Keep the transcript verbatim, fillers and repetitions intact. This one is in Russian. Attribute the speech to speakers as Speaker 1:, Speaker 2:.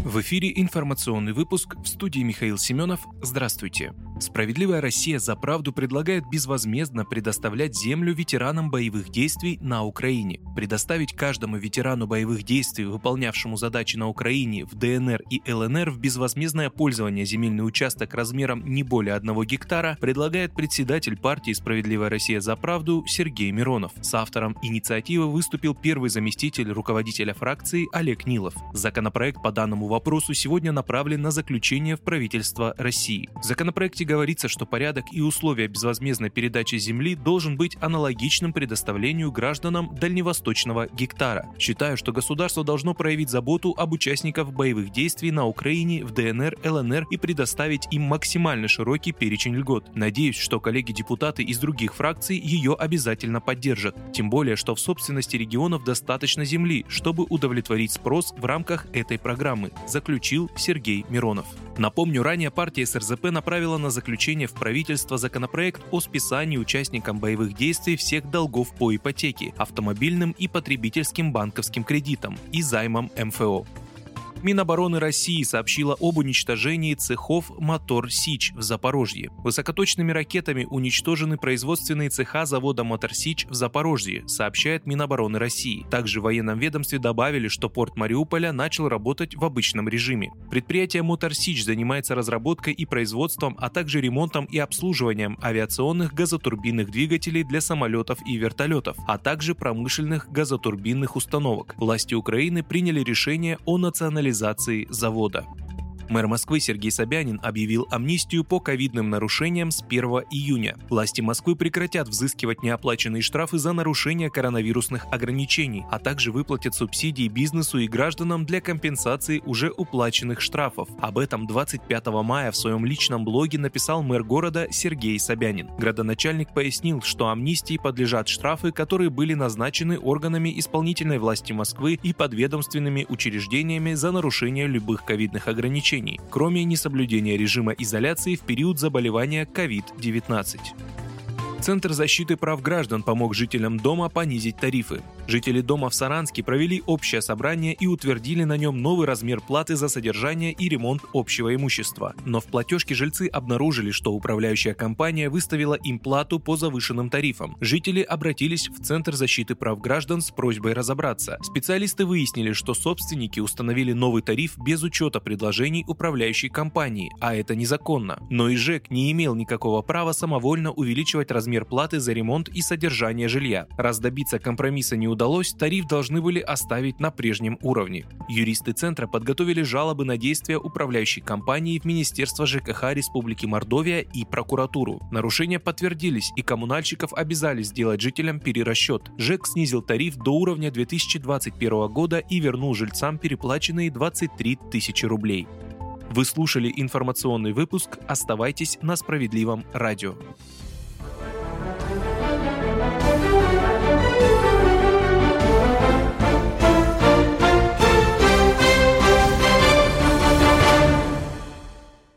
Speaker 1: В эфире информационный выпуск, в студии Михаил Семенов. Здравствуйте. «Справедливая Россия за правду» предлагает безвозмездно предоставлять землю ветеранам боевых действий на Украине. Предоставить каждому ветерану боевых действий, выполнявшему задачи на Украине, в ДНР и ЛНР в безвозмездное пользование земельный участок размером не более одного гектара предлагает председатель партии «Справедливая Россия за правду» Сергей Миронов. С автором инициативы выступил первый заместитель руководителя фракции Олег Нилов. Законопроект по данному вопросу сегодня направлен на заключение в правительство России. В законопроекте говорится, что порядок и условия безвозмездной передачи земли должен быть аналогичным предоставлению гражданам дальневосточного гектара. Считаю, что государство должно проявить заботу об участниках боевых действий на Украине, в ДНР, ЛНР и предоставить им максимально широкий перечень льгот. Надеюсь, что коллеги-депутаты из других фракций ее обязательно поддержат. Тем более, что в собственности регионов достаточно земли, чтобы удовлетворить спрос в рамках этой программы, заключил Сергей Миронов. Напомню, ранее партия эс эр зэ пэ направила на заключение в правительство законопроект о списании участникам боевых действий всех долгов по ипотеке, автомобильным и потребительским банковским кредитам и займам эм эф о. Минобороны России сообщила об уничтожении цехов «Мотор Сич» в Запорожье. Высокоточными ракетами уничтожены производственные цеха завода «Мотор Сич» в Запорожье, сообщает Минобороны России. Также в военном ведомстве добавили, что порт Мариуполя начал работать в обычном режиме. Предприятие «Мотор Сич» занимается разработкой и производством, а также ремонтом и обслуживанием авиационных газотурбинных двигателей для самолетов и вертолетов, а также промышленных газотурбинных установок. Власти Украины приняли решение о национализации завода. Мэр Москвы Сергей Собянин объявил амнистию по ковидным нарушениям с первого июня. Власти Москвы прекратят взыскивать неоплаченные штрафы за нарушение коронавирусных ограничений, а также выплатят субсидии бизнесу и гражданам для компенсации уже уплаченных штрафов. Об этом двадцать пятого мая в своем личном блоге написал мэр города Сергей Собянин. Градоначальник пояснил, что амнистии подлежат штрафы, которые были назначены органами исполнительной власти Москвы и подведомственными учреждениями за нарушение любых ковидных ограничений, кроме несоблюдения режима изоляции в период заболевания ковид девятнадцать. Центр защиты прав граждан помог жителям дома понизить тарифы. Жители дома в Саранске провели общее собрание и утвердили на нем новый размер платы за содержание и ремонт общего имущества. Но в платежке жильцы обнаружили, что управляющая компания выставила им плату по завышенным тарифам. Жители обратились в Центр защиты прав граждан с просьбой разобраться. Специалисты выяснили, что собственники установили новый тариф без учета предложений управляющей компании, а это незаконно. Но и ЖЭК не имел никакого права самовольно увеличивать размер размер платы за ремонт и содержание жилья. Раз добиться компромисса не удалось, тариф должны были оставить на прежнем уровне. Юристы Центра подготовили жалобы на действия управляющей компании в Министерство ЖКХ Республики Мордовия и прокуратуру. Нарушения подтвердились, и коммунальщиков обязали сделать жителям перерасчет. ЖЭК снизил тариф до уровня две тысячи двадцать первого года и вернул жильцам переплаченные двадцать три тысячи рублей. Вы слушали информационный выпуск. Оставайтесь на Справедливом радио.